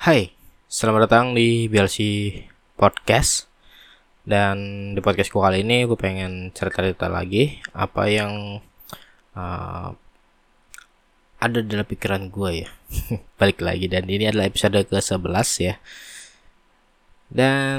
Hai, selamat datang di BLC Podcast. Dan di podcastku kali ini gue pengen cerita-cerita lagi apa yang uh, ada dalam pikiran gue ya. Balik lagi, dan ini adalah episode ke-11 ya. Dan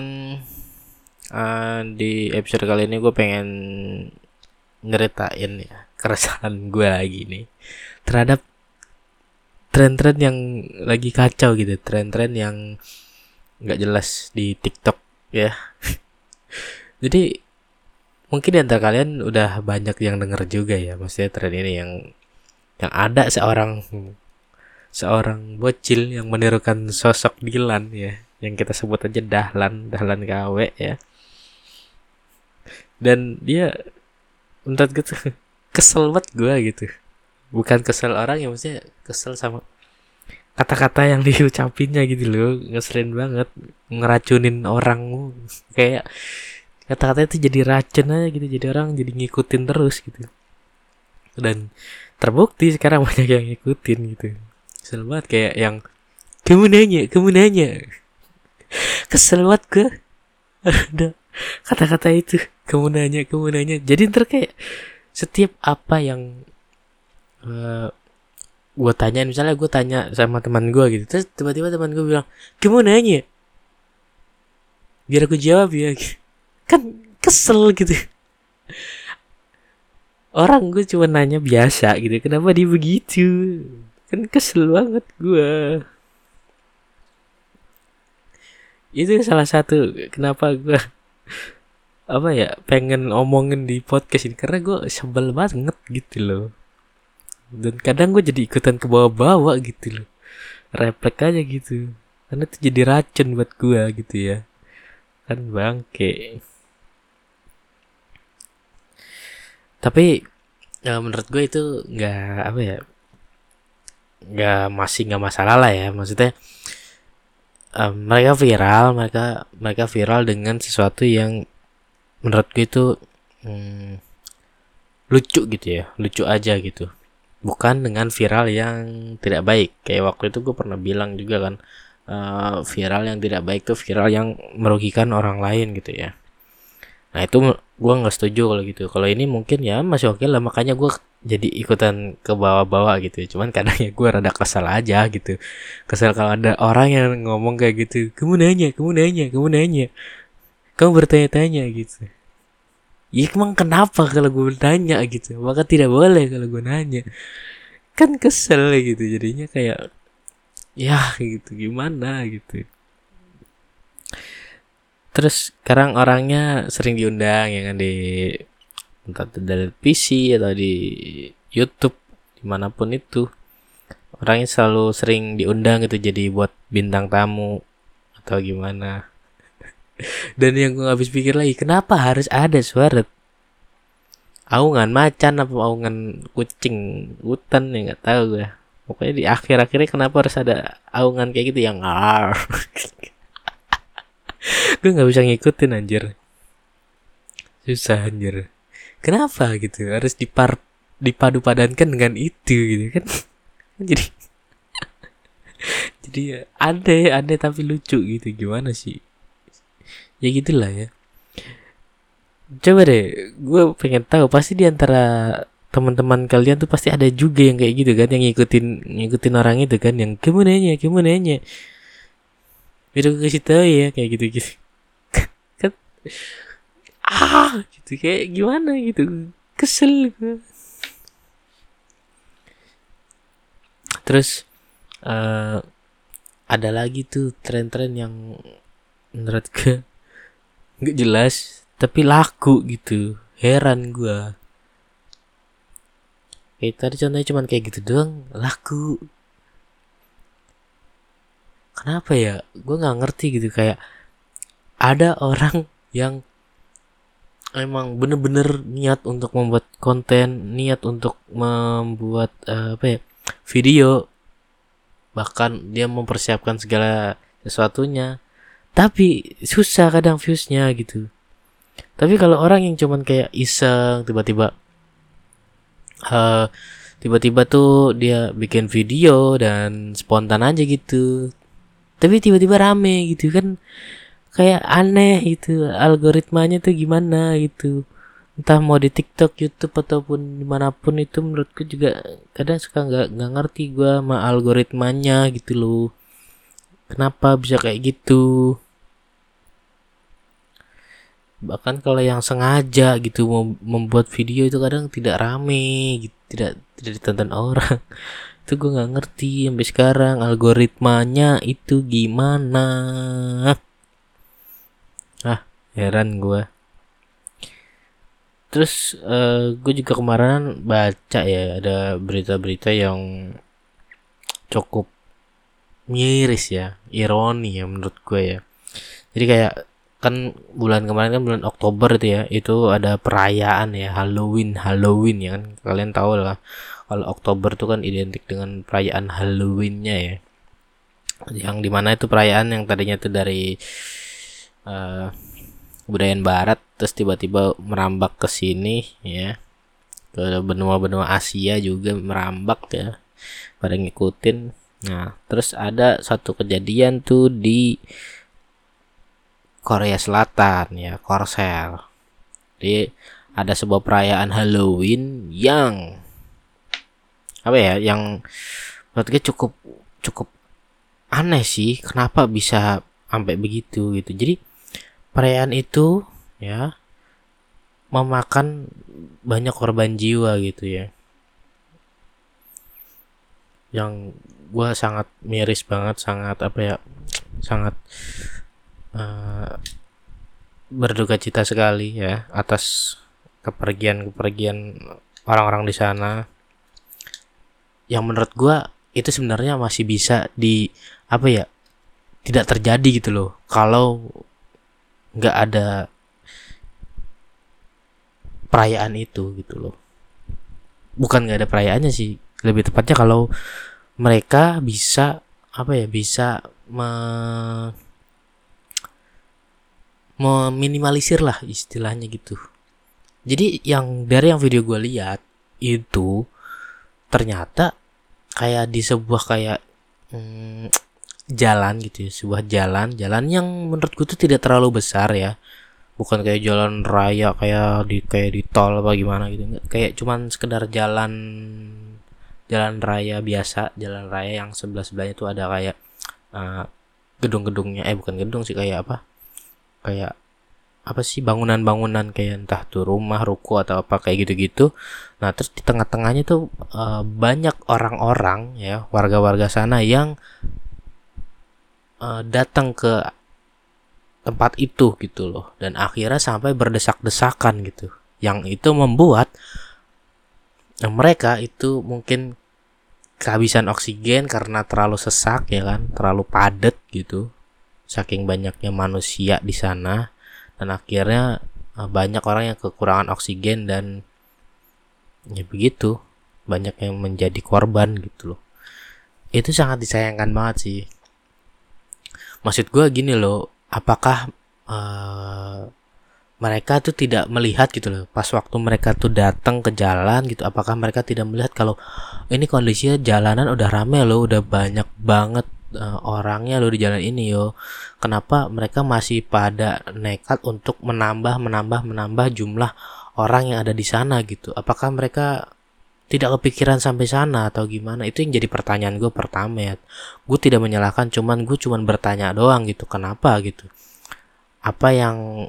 di episode kali ini gue pengen nyeritain ya keresahan gue lagi nih terhadap tren-tren yang lagi kacau gitu, tren-tren yang nggak jelas di TikTok ya. Jadi mungkin di antara kalian udah banyak yang denger juga ya, maksudnya tren ini yang ada seorang seorang bocil yang menirukan sosok Dilan ya, yang kita sebut aja Dahlan KW ya. Dan dia menurut gue tuh kesel banget gue gitu. Bukan kesel orang ya, maksudnya kesel sama kata-kata yang diucapinnya gitu loh. Ngeselin banget, ngeracunin orang. Kayak kata-kata itu jadi racun aja gitu, jadi orang jadi ngikutin terus gitu. Dan terbukti sekarang banyak yang ngikutin gitu. Kesel banget, kayak yang kamu nanya kesel banget gue. Ada kata-kata itu, kamu nanya, jadi ntar kayak setiap apa yang gue tanya, misalnya gue tanya sama teman gue gitu, terus tiba-tiba teman gue bilang kamu nanya, biar aku jawab ya. Kan kesel gitu. Orang gue cuma nanya biasa gitu, kenapa dia begitu? Kan kesel banget gue. Itu salah satu kenapa gue apa ya pengen ngomongin di podcast ini, karena gue sebel banget gitu loh. Dan kadang gue jadi ikutan ke bawah-bawah gitu loh, refleks aja gitu, karena itu jadi racun buat gue gitu ya. Kan bangke. Tapi menurut gue itu nggak apa ya, nggak masalah lah ya, maksudnya mereka viral dengan sesuatu yang menurut gue itu hmm, lucu gitu ya, lucu aja gitu, bukan dengan viral yang tidak baik. Kayak waktu itu gue pernah bilang juga kan, viral yang tidak baik tuh viral yang merugikan orang lain gitu ya. Nah itu gue nggak setuju kalau gitu. Kalau ini mungkin ya masih oke lah, makanya gue jadi ikutan ke bawah-bawah gitu. Cuman kadang ya gue rada kesal aja gitu. Kesal kalau ada orang yang ngomong kayak gitu. Kamu nanya, kamu bertanya-tanya gitu. Ya emang kenapa kalau gue bertanya gitu? Maka tidak boleh kalau gue nanya. Kan kesel gitu. Jadinya kayak ya gitu, gimana gitu. Terus sekarang orangnya sering diundang ya kan, di entah dari PC atau di YouTube, dimanapun itu orangnya selalu sering diundang gitu, jadi buat bintang tamu atau gimana. Dan yang gue habis pikir lagi, kenapa harus ada suara aungan macan apa aungan kucing hutan ya, nggak tahu gue. Pokoknya di akhir-akhirnya kenapa harus ada aungan kayak gitu yang gue nggak bisa ngikutin anjir, susah anjir. Kenapa gitu harus dipadu padankan dengan itu gitu kan? jadi jadi ya aneh tapi lucu gitu, gimana sih ya, gitulah ya. Coba deh, gue pengen tahu, pasti di antara teman-teman kalian tuh pasti ada juga yang kayak gitu kan, yang ngikutin ngikutin orang itu kan, yang kamu nanya biar gue kasih tahu ya, kayak gitu gitu. Kan gitu, kayak gimana gitu, kesel gue. Terus uh, ada lagi tuh tren-tren yang menurut gue nggak jelas tapi laku gitu, heran gue. Kayak tadi contohnya cuman kayak gitu doang laku, kenapa ya, gue nggak ngerti gitu. Kayak ada orang yang emang bener-bener niat untuk membuat konten, niat untuk membuat apa ya, video, bahkan dia mempersiapkan segala sesuatunya, tapi susah kadang viewsnya gitu. Tapi kalau orang yang cuman kayak iseng, uh, tiba-tiba tuh dia bikin video dan spontan aja gitu, tapi tiba-tiba rame gitu kan, kayak aneh gitu algoritmanya tuh gimana gitu, entah mau di TikTok, YouTube ataupun dimanapun itu. Menurutku juga kadang suka nggak ngerti gua sama algoritmanya gitu loh, kenapa bisa kayak gitu. Bahkan kalau yang sengaja gitu mau membuat video itu kadang tidak rame gitu, tidak ditonton orang. Itu gue nggak ngerti sampai sekarang algoritmanya itu gimana. Heran gue. Terus gue juga kemarin baca ya, ada berita-berita yang cukup miris ya, ironi ya menurut gue ya. Jadi kayak kan bulan kemarin kan bulan Oktober itu ya, itu ada perayaan ya, Halloween ya kan, kalian tahu lah kalau Oktober tuh kan identik dengan perayaan Halloweennya ya, yang dimana itu perayaan yang tadinya tuh dari uh, kebudayaan Barat terus tiba-tiba merambak ke sini ya, ke benua-benua Asia juga merambak ya, pada ngikutin. Nah terus ada satu kejadian tuh di Korea Selatan ya, Korsel. Jadi ada sebuah perayaan Halloween yang apa ya, yang menurut gue cukup cukup aneh sih, kenapa bisa sampai begitu gitu. Jadi perayaan itu ya memakan banyak korban jiwa gitu ya, yang gue sangat miris banget, sangat apa ya, sangat berduka cita sekali ya atas kepergian orang-orang di sana, yang menurut gua itu sebenarnya masih bisa di apa ya, tidak terjadi gitu loh kalau nggak ada perayaan itu gitu loh. Bukan nggak ada perayaannya sih, lebih tepatnya kalau mereka bisa apa ya, bisa meminimalisir lah istilahnya gitu. Jadi dari yang video gue lihat itu ternyata kayak di sebuah kayak jalan gitu ya, sebuah jalan yang menurut gue tuh tidak terlalu besar ya, bukan kayak jalan raya kayak di tol apa gimana gitu, enggak, kayak cuman sekedar jalan jalan raya biasa, jalan raya yang sebelahnya tuh ada kayak gedung-gedungnya, bukan gedung sih, kayak apa, kayak apa sih, bangunan-bangunan kayak entah tuh rumah, ruko atau apa kayak gitu-gitu. Nah terus di tengah-tengahnya tuh banyak orang-orang ya, warga-warga sana yang datang ke tempat itu gitu loh, dan akhirnya sampai berdesak-desakan gitu, yang itu membuat mereka itu mungkin kehabisan oksigen karena terlalu sesak ya kan, terlalu padat gitu, saking banyaknya manusia di sana, dan akhirnya banyak orang yang kekurangan oksigen, dan ya begitu, banyak yang menjadi korban gitu loh. Itu sangat disayangkan banget sih. Maksud gue gini loh, apakah mereka tuh tidak melihat gitu loh, pas waktu mereka tuh datang ke jalan gitu, apakah mereka tidak melihat kalau ini kondisinya jalanan udah rame loh, udah banyak banget orangnya loh di jalan ini yo, kenapa mereka masih pada nekat untuk menambah jumlah orang yang ada di sana gitu? Apakah mereka tidak kepikiran sampai sana atau gimana? Itu yang jadi pertanyaan gue pertama ya. Gue tidak menyalahkan, gue cuman bertanya doang gitu, kenapa gitu, apa yang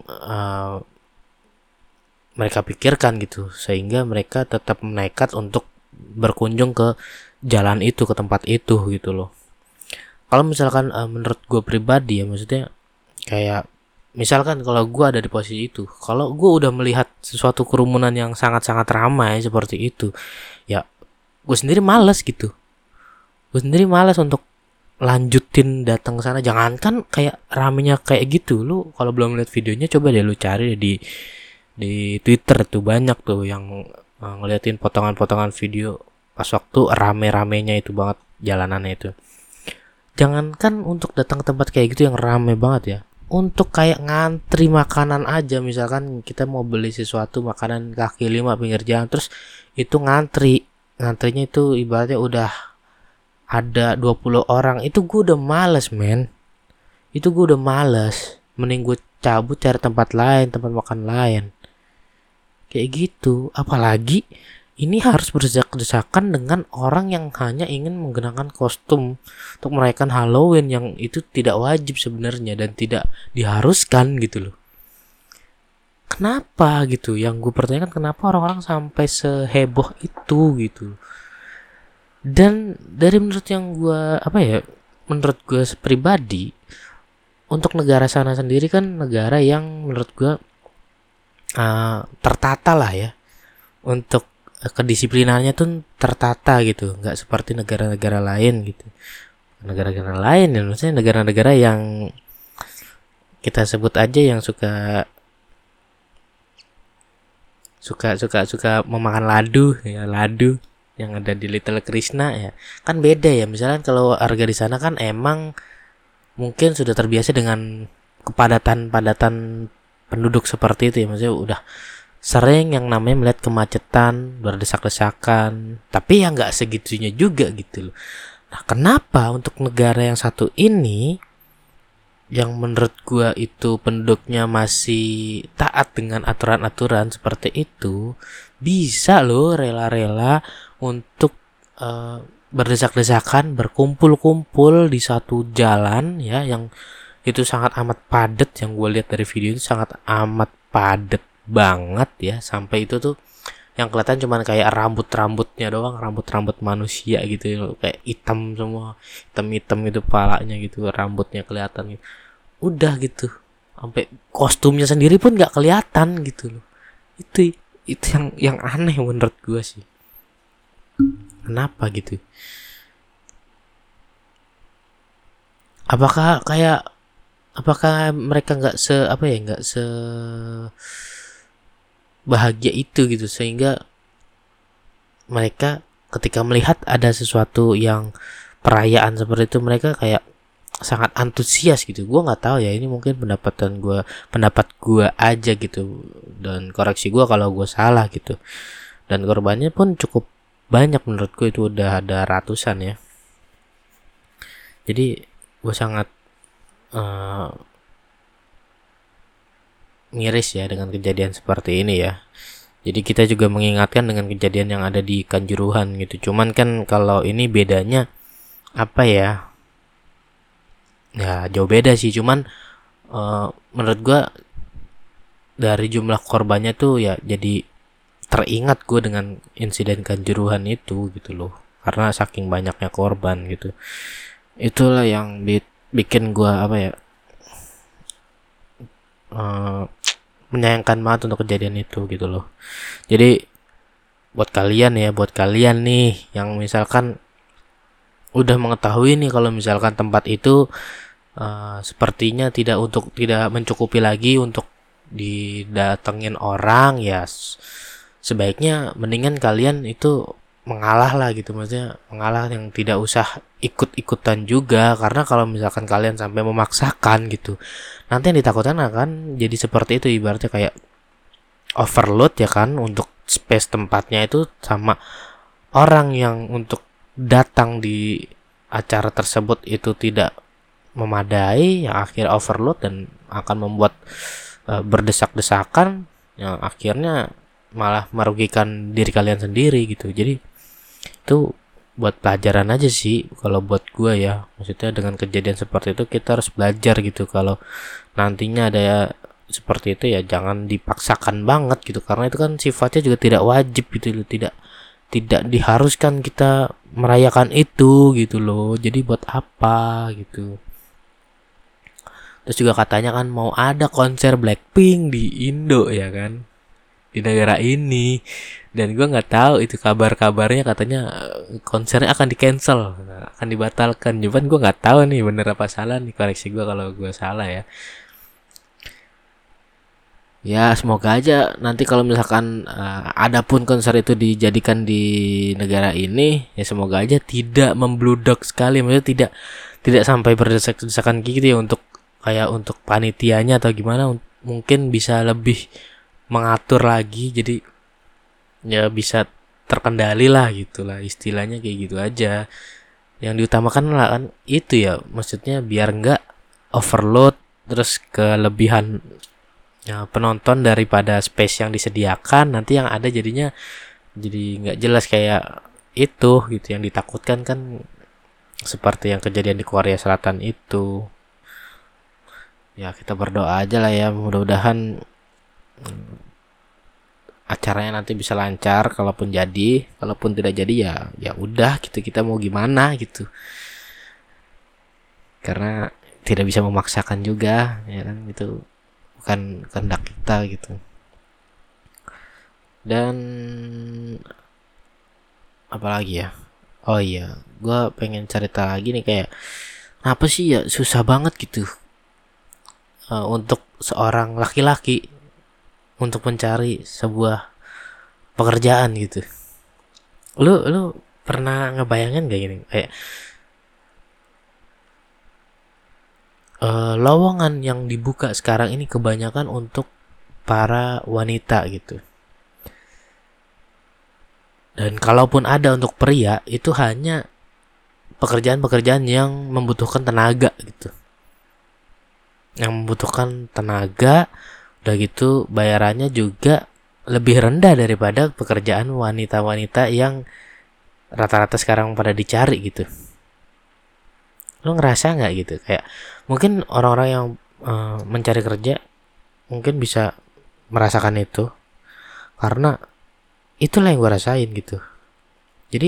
mereka pikirkan gitu sehingga mereka tetap nekat untuk berkunjung ke jalan itu, ke tempat itu gitu loh. Kalau misalkan menurut gue pribadi ya, maksudnya kayak misalkan kalau gue ada di posisi itu, kalau gue udah melihat sesuatu kerumunan yang sangat-sangat ramai seperti itu, ya gue sendiri malas gitu, gue sendiri malas untuk lanjutin datang ke sana. Jangankan kayak ramenya kayak gitu, lu kalau belum lihat videonya coba deh lu cari di Twitter tuh, banyak tuh yang ngeliatin potongan-potongan video pas waktu rame-ramenya itu banget jalanannya itu. Jangankan untuk datang ke tempat kayak gitu yang rame banget ya, untuk kayak ngantri makanan aja, misalkan kita mau beli sesuatu makanan kaki lima pinggir jalan, terus itu ngantrinya itu ibaratnya udah ada 20 orang, itu gue udah males men. itu gue udah males, mending gue cabut cari tempat lain, tempat makan lain kayak gitu. Apalagi ini harus berdesak-desakan dengan orang yang hanya ingin menggunakan kostum untuk merayakan Halloween, yang itu tidak wajib sebenarnya dan tidak diharuskan gitu loh. Kenapa gitu? Yang gue pertanyakan, kenapa orang-orang sampai seheboh itu gitu? Dan dari menurut yang gue menurut gue pribadi, untuk negara sana sendiri kan negara yang menurut gue tertata lah ya, untuk kedisiplinannya tuh tertata gitu, nggak seperti negara-negara lain gitu. Negara-negara lain ya, maksudnya negara-negara yang kita sebut aja yang suka memakan ladu ya, ladu yang ada di Little Krishna ya, kan beda ya. Misalnya kalau harga di sana kan emang mungkin sudah terbiasa dengan kepadatan penduduk seperti itu ya, maksudnya udah sering yang namanya melihat kemacetan, berdesak-desakan, tapi ya nggak segitunya juga gitu loh. Nah, kenapa untuk negara yang satu ini, yang menurut gua itu penduduknya masih taat dengan aturan-aturan seperti itu, bisa loh rela-rela untuk berdesak-desakan, berkumpul-kumpul di satu jalan ya, yang itu sangat amat padat. Yang gue lihat dari video itu sangat amat padat banget ya, sampai itu tuh yang kelihatan cuman kayak rambut-rambutnya doang, rambut-rambut manusia gitu, kayak hitam semua, hitam-hitam gitu palanya gitu, rambutnya kelihatan gitu. Udah gitu, sampai kostumnya sendiri pun nggak kelihatan gitu loh. Itu yang aneh menurut gue sih. Kenapa gitu? Apakah mereka nggak bahagia itu gitu, sehingga mereka ketika melihat ada sesuatu yang perayaan seperti itu mereka kayak sangat antusias gitu. Gue nggak tahu ya, ini mungkin pendapat gue aja gitu, dan koreksi gue kalau gue salah gitu. Dan korbannya pun cukup banyak menurut gue, itu udah ada ratusan ya. Jadi gue sangat miris ya dengan kejadian seperti ini ya. Jadi kita juga mengingatkan dengan kejadian yang ada di Kanjuruhan gitu. Cuman kan kalau ini bedanya apa ya? Ya jauh beda sih. Cuman menurut gua dari jumlah korbannya tuh ya jadi teringat gue dengan insiden Kanjuruhan itu gitu loh. Karena saking banyaknya korban gitu. Itulah yang bikin gua menyayangkan banget untuk kejadian itu gitu loh. Jadi buat kalian nih yang misalkan udah mengetahui nih kalau misalkan tempat itu sepertinya tidak mencukupi lagi untuk didatengin orang ya, sebaiknya mendingan kalian itu mengalah lah gitu, maksudnya mengalah yang tidak usah ikut-ikutan juga. Karena kalau misalkan kalian sampai memaksakan gitu, nanti yang ditakutkan akan jadi seperti itu, ibaratnya kayak overload ya kan, untuk space tempatnya itu sama orang yang untuk datang di acara tersebut itu tidak memadai, yang akhir overload dan akan membuat berdesak-desakan yang akhirnya malah merugikan diri kalian sendiri gitu. Jadi itu buat pelajaran aja sih kalau buat gue ya, maksudnya dengan kejadian seperti itu kita harus belajar gitu, kalau nantinya ada seperti itu ya jangan dipaksakan banget gitu, karena itu kan sifatnya juga tidak wajib gitu loh, tidak diharuskan kita merayakan itu gitu loh. Jadi buat apa gitu. Terus juga katanya kan mau ada konser Blackpink di Indo ya kan, di negara ini, dan gue nggak tahu itu kabarnya katanya konsernya akan di cancel, akan dibatalkan. Cuman gue nggak tahu nih bener apa salah nih, koreksi gue kalau gue salah ya. Ya semoga aja nanti kalau misalkan ada pun konser itu dijadikan di negara ini, ya semoga aja tidak membludak sekali, maksudnya tidak sampai berdesak-desakan gitu ya, untuk kayak untuk panitianya atau gimana mungkin bisa lebih mengatur lagi, jadi ya bisa terkendali lah gitulah, istilahnya kayak gitu aja. Yang diutamakan lah kan itu ya, maksudnya biar enggak overload, terus kelebihan penonton daripada space yang disediakan, nanti yang ada jadinya jadi nggak jelas kayak itu gitu yang ditakutkan kan, seperti yang kejadian di Korea Selatan itu. Ya kita berdoa aja lah ya, mudah-mudahan acaranya nanti bisa lancar. Kalaupun jadi, kalaupun tidak jadi ya ya udah gitu, kita mau gimana gitu, karena tidak bisa memaksakan juga ya kan, itu bukan kehendak kita gitu. Dan apalagi ya, oh iya, gue pengen cerita lagi nih, kayak apa sih ya susah banget gitu untuk seorang laki-laki untuk mencari sebuah pekerjaan gitu. Lu pernah ngebayangin gak gini, kayak lowongan yang dibuka sekarang ini kebanyakan untuk para wanita gitu. Dan kalaupun ada untuk pria, itu hanya pekerjaan-pekerjaan yang membutuhkan tenaga gitu. Yang membutuhkan tenaga, udah gitu bayarannya juga lebih rendah daripada pekerjaan wanita-wanita yang rata-rata sekarang pada dicari gitu. Lo ngerasa nggak gitu, kayak mungkin orang-orang yang mencari kerja mungkin bisa merasakan itu, karena itulah yang gue rasain gitu. Jadi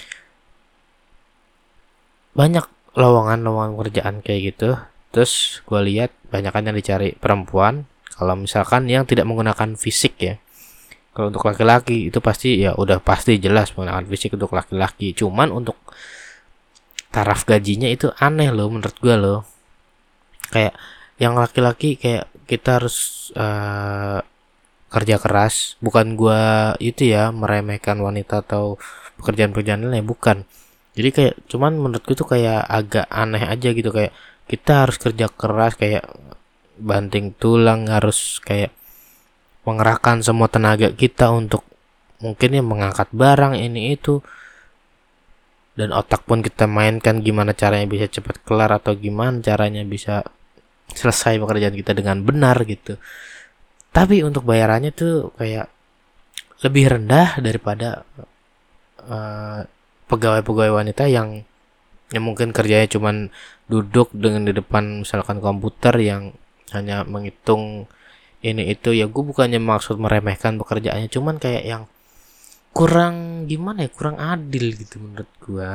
banyak lowongan kerjaan kayak gitu, terus gue lihat banyakan yang dicari perempuan. Kalau misalkan yang tidak menggunakan fisik ya, kalau untuk laki-laki itu pasti ya udah pasti jelas menggunakan fisik untuk laki-laki. Cuman untuk taraf gajinya itu aneh loh menurut gue loh. Kayak yang laki-laki kayak kita harus kerja keras. Bukan gue itu ya meremehkan wanita atau pekerjaan-pekerjaan lain, bukan. Jadi kayak cuman menurut gue tuh kayak agak aneh aja gitu, kayak kita harus kerja keras kayak banting tulang, harus kayak mengerahkan semua tenaga kita untuk mungkin ya mengangkat barang ini itu, dan otak pun kita mainkan gimana caranya bisa cepat kelar atau gimana caranya bisa selesai pekerjaan kita dengan benar gitu. Tapi untuk bayarannya tuh kayak lebih rendah daripada pegawai-pegawai wanita yang mungkin kerjanya cuman duduk dengan di depan misalkan komputer yang hanya menghitung ini itu. Ya gue bukannya maksud meremehkan pekerjaannya, cuman kayak yang kurang gimana ya, kurang adil gitu menurut gue.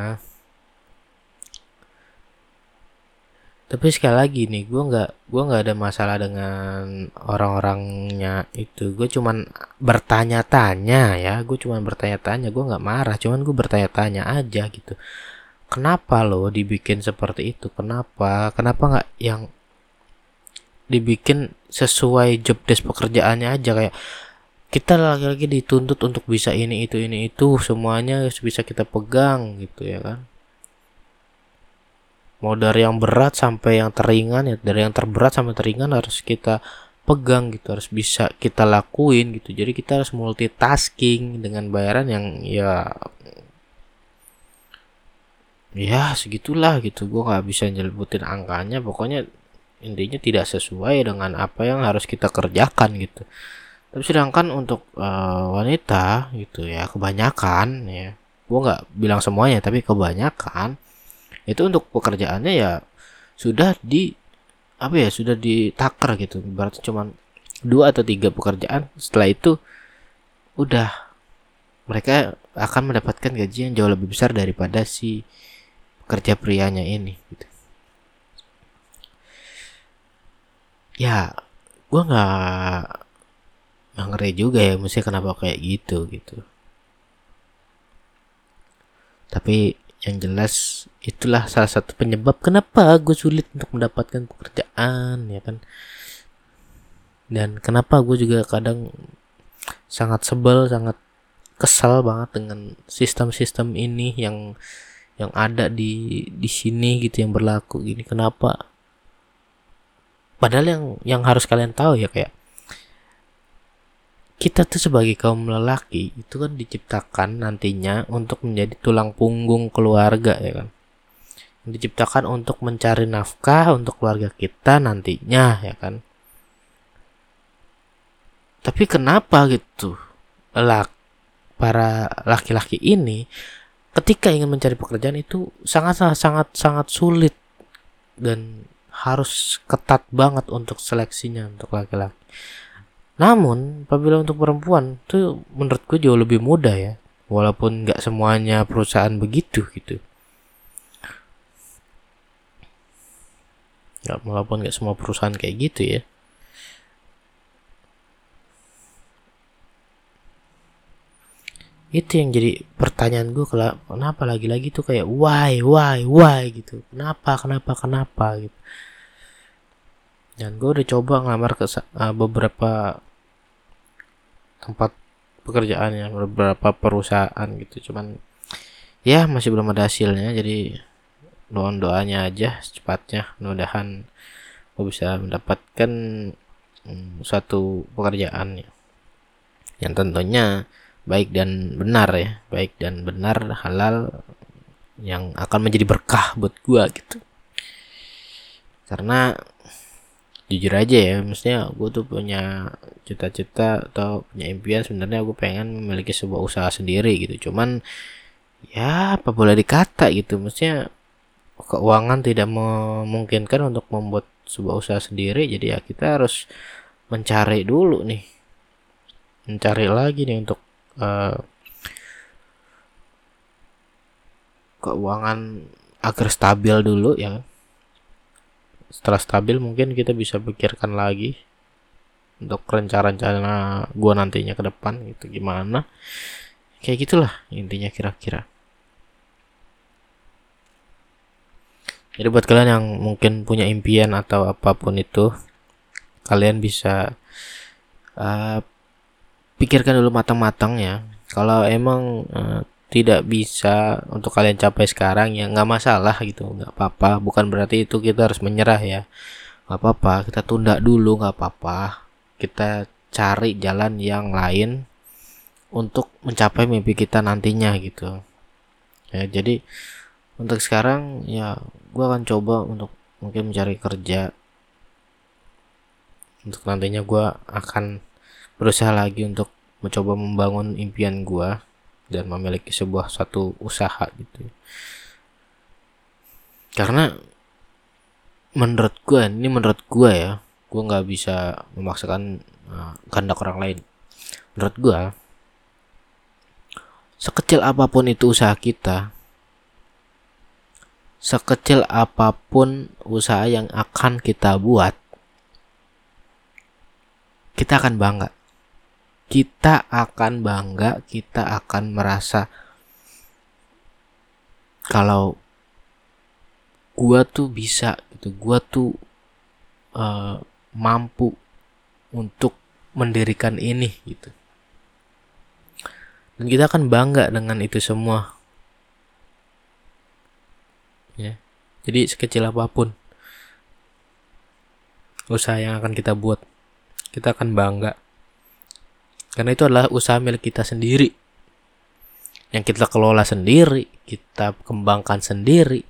Tapi sekali lagi nih, gue nggak ada masalah dengan orang-orangnya itu. Gue cuman bertanya-tanya ya, gue nggak marah, cuman gue bertanya-tanya aja gitu. Kenapa lo dibikin seperti itu? Kenapa nggak yang dibikin sesuai job desk pekerjaannya aja, kayak kita lagi-lagi dituntut untuk bisa ini itu semuanya bisa kita pegang gitu ya kan. Mau dari yang berat sampai yang teringan ya, dari yang terberat sampai teringan harus kita pegang gitu, harus bisa kita lakuin gitu. Jadi kita harus multitasking dengan bayaran yang ya segitulah gitu. Gue nggak bisa nyebutin angkanya, pokoknya intinya tidak sesuai dengan apa yang harus kita kerjakan gitu. Tapi sedangkan untuk wanita gitu ya, kebanyakan ya, gue nggak bilang semuanya tapi kebanyakan itu untuk pekerjaannya ya sudah sudah ditakar gitu. Berarti cuma 2 atau 3 pekerjaan, setelah itu udah mereka akan mendapatkan gaji yang jauh lebih besar daripada si pekerja prianya ini gitu. Ya gue nggak ngeri juga ya, mesti kenapa kayak gitu. Tapi yang jelas itulah salah satu penyebab kenapa gue sulit untuk mendapatkan pekerjaan ya kan. Dan kenapa gue juga kadang sangat sebel, sangat kesal banget dengan sistem-sistem ini yang ada di sini gitu, yang berlaku gini. Kenapa? Padahal yang harus kalian tahu ya, kayak kita tuh sebagai kaum lelaki itu kan diciptakan nantinya untuk menjadi tulang punggung keluarga ya kan. diciptakan untuk mencari nafkah untuk keluarga kita nantinya, ya kan. Tapi kenapa gitu para laki-laki ini ketika ingin mencari pekerjaan itu sangat sulit dan harus ketat banget untuk seleksinya untuk laki-laki. Namun apabila untuk perempuan tuh menurutku jauh lebih mudah ya, walaupun nggak semuanya perusahaan begitu gitu. Ya, walaupun nggak semua perusahaan kayak gitu ya. Itu yang jadi pertanyaan gue, kenapa lagi-lagi tuh kayak why gitu, kenapa gitu. Dan gue udah coba ngelamar ke beberapa tempat pekerjaan ya, beberapa perusahaan gitu, cuman ya masih belum ada hasilnya. Jadi doanya aja secepatnya, mudah-mudahan gue bisa mendapatkan suatu pekerjaan ya, yang tentunya baik dan benar ya, baik dan benar, halal, yang akan menjadi berkah buat gua gitu. Karena jujur aja ya, maksudnya gue tuh punya cita-cita atau punya impian, sebenarnya gue pengen memiliki sebuah usaha sendiri gitu. Cuman ya apa boleh dikata gitu, maksudnya keuangan tidak memungkinkan untuk membuat sebuah usaha sendiri. Jadi ya kita harus mencari dulu nih, mencari lagi nih untuk keuangan agar stabil dulu ya. Setelah stabil mungkin kita bisa pikirkan lagi untuk rencana gua nantinya ke depan gitu gimana. Kayak gitulah intinya kira-kira. Jadi buat kalian yang mungkin punya impian atau apapun itu, kalian bisa pikirkan dulu matang-matang ya. Kalau emang tidak bisa untuk kalian capai sekarang ya nggak masalah gitu, nggak apa-apa. Bukan berarti itu kita harus menyerah ya, nggak apa-apa. Kita tunda dulu, nggak apa-apa. Kita cari jalan yang lain untuk mencapai mimpi kita nantinya gitu ya. Jadi untuk sekarang ya gue akan coba untuk mungkin mencari kerja. Untuk nantinya gue akan berusaha lagi untuk mencoba membangun impian gue dan memiliki sebuah satu usaha gitu. Karena menurut gue ya, gue nggak bisa memaksakan kehendak orang lain. Menurut gue, sekecil apapun itu usaha kita, sekecil apapun usaha yang akan kita buat, kita akan bangga. Kita akan merasa kalau gua tuh bisa gitu, gua tuh mampu untuk mendirikan ini gitu. Dan kita akan bangga dengan itu semua. Ya. Jadi sekecil apapun usaha yang akan kita buat, kita akan bangga. Karena itu adalah usaha milik kita sendiri, yang kita kelola sendiri, kita kembangkan sendiri.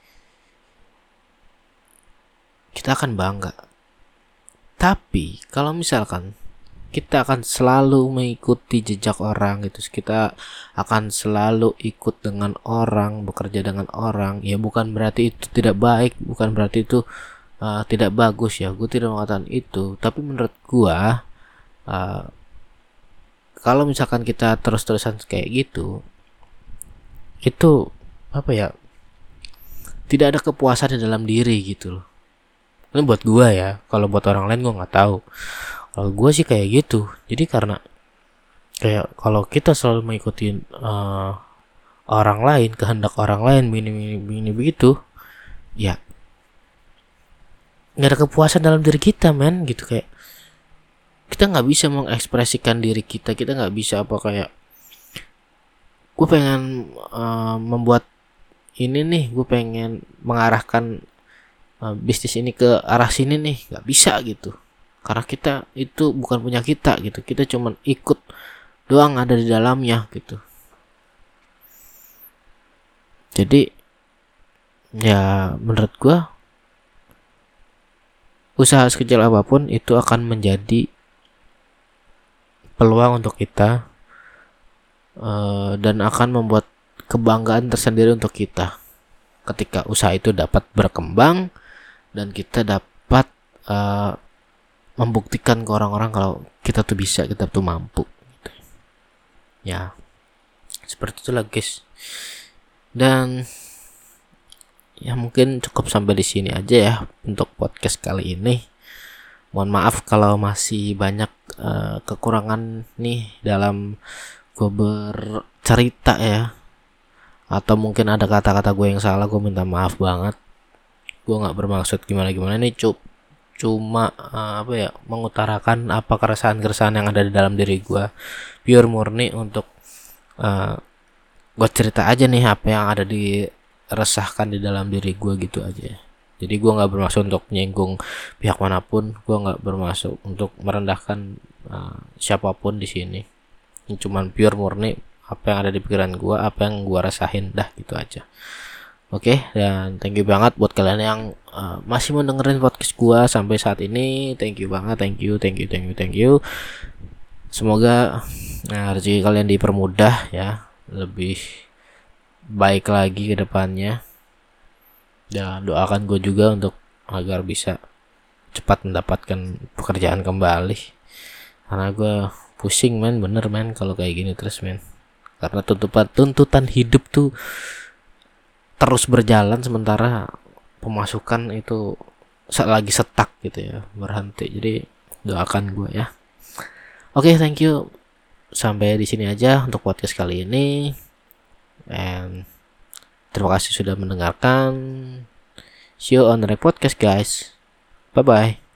Kita akan bangga. Tapi kalau misalkan kita akan selalu mengikuti jejak orang gitu, kita akan selalu ikut dengan orang, bekerja dengan orang, ya bukan berarti itu tidak baik, bukan berarti itu tidak bagus ya. Gue tidak mengatakan itu, tapi menurut gue kalau misalkan kita terus-terusan kayak gitu, itu apa ya, tidak ada kepuasan di dalam diri gitu loh. Ini buat gua ya, kalau buat orang lain gua nggak tahu. Kalau gua sih kayak gitu. Jadi karena kayak kalau kita selalu mengikuti orang lain, kehendak orang lain, begini begitu, ya nggak ada kepuasan dalam diri kita, men, gitu. Kayak kita nggak bisa mengekspresikan diri kita nggak bisa apa kayak gue pengen membuat ini nih, gue pengen mengarahkan bisnis ini ke arah sini nih, nggak bisa gitu. Karena kita itu bukan punya kita gitu, kita cuman ikut doang, ada di dalamnya gitu. Jadi ya menurut gue usaha sekecil apapun itu akan menjadi peluang untuk kita, dan akan membuat kebanggaan tersendiri untuk kita ketika usaha itu dapat berkembang dan kita dapat membuktikan ke orang-orang kalau kita tuh bisa, kita tuh mampu gitu. Ya seperti itulah guys. Dan ya mungkin cukup sampai di sini aja ya untuk podcast kali ini. Mohon maaf kalau masih banyak kekurangan nih dalam gue bercerita ya, atau mungkin ada kata-kata gue yang salah, gue minta maaf banget. Gue nggak bermaksud gimana-gimana, ini cuma mengutarakan apa keresahan-keresahan yang ada di dalam diri gue, pure murni untuk gue cerita aja nih apa yang ada diresahkan di dalam diri gue gitu aja. Jadi gue nggak bermaksud untuk menyinggung pihak manapun, gue nggak bermaksud untuk merendahkan siapapun di sini. Ini cuman pure murni apa yang ada di pikiran gue, apa yang gue rasain, dah gitu aja. Oke, dan thank you banget buat kalian yang masih mau dengerin podcast gue sampai saat ini. Thank you banget, thank you. Semoga rezeki kalian dipermudah ya, lebih baik lagi ke depannya. Dan doakan gue juga untuk agar bisa cepat mendapatkan pekerjaan kembali, karena gue pusing bener kalau kayak gini terus karena tuntutan hidup tuh terus berjalan sementara pemasukan itu lagi stuck gitu ya, berhenti. Jadi doakan gue ya. Oke, thank you. Sampai di sini aja untuk podcast kali ini. And terima kasih sudah mendengarkan. See you on the next podcast guys. Bye bye.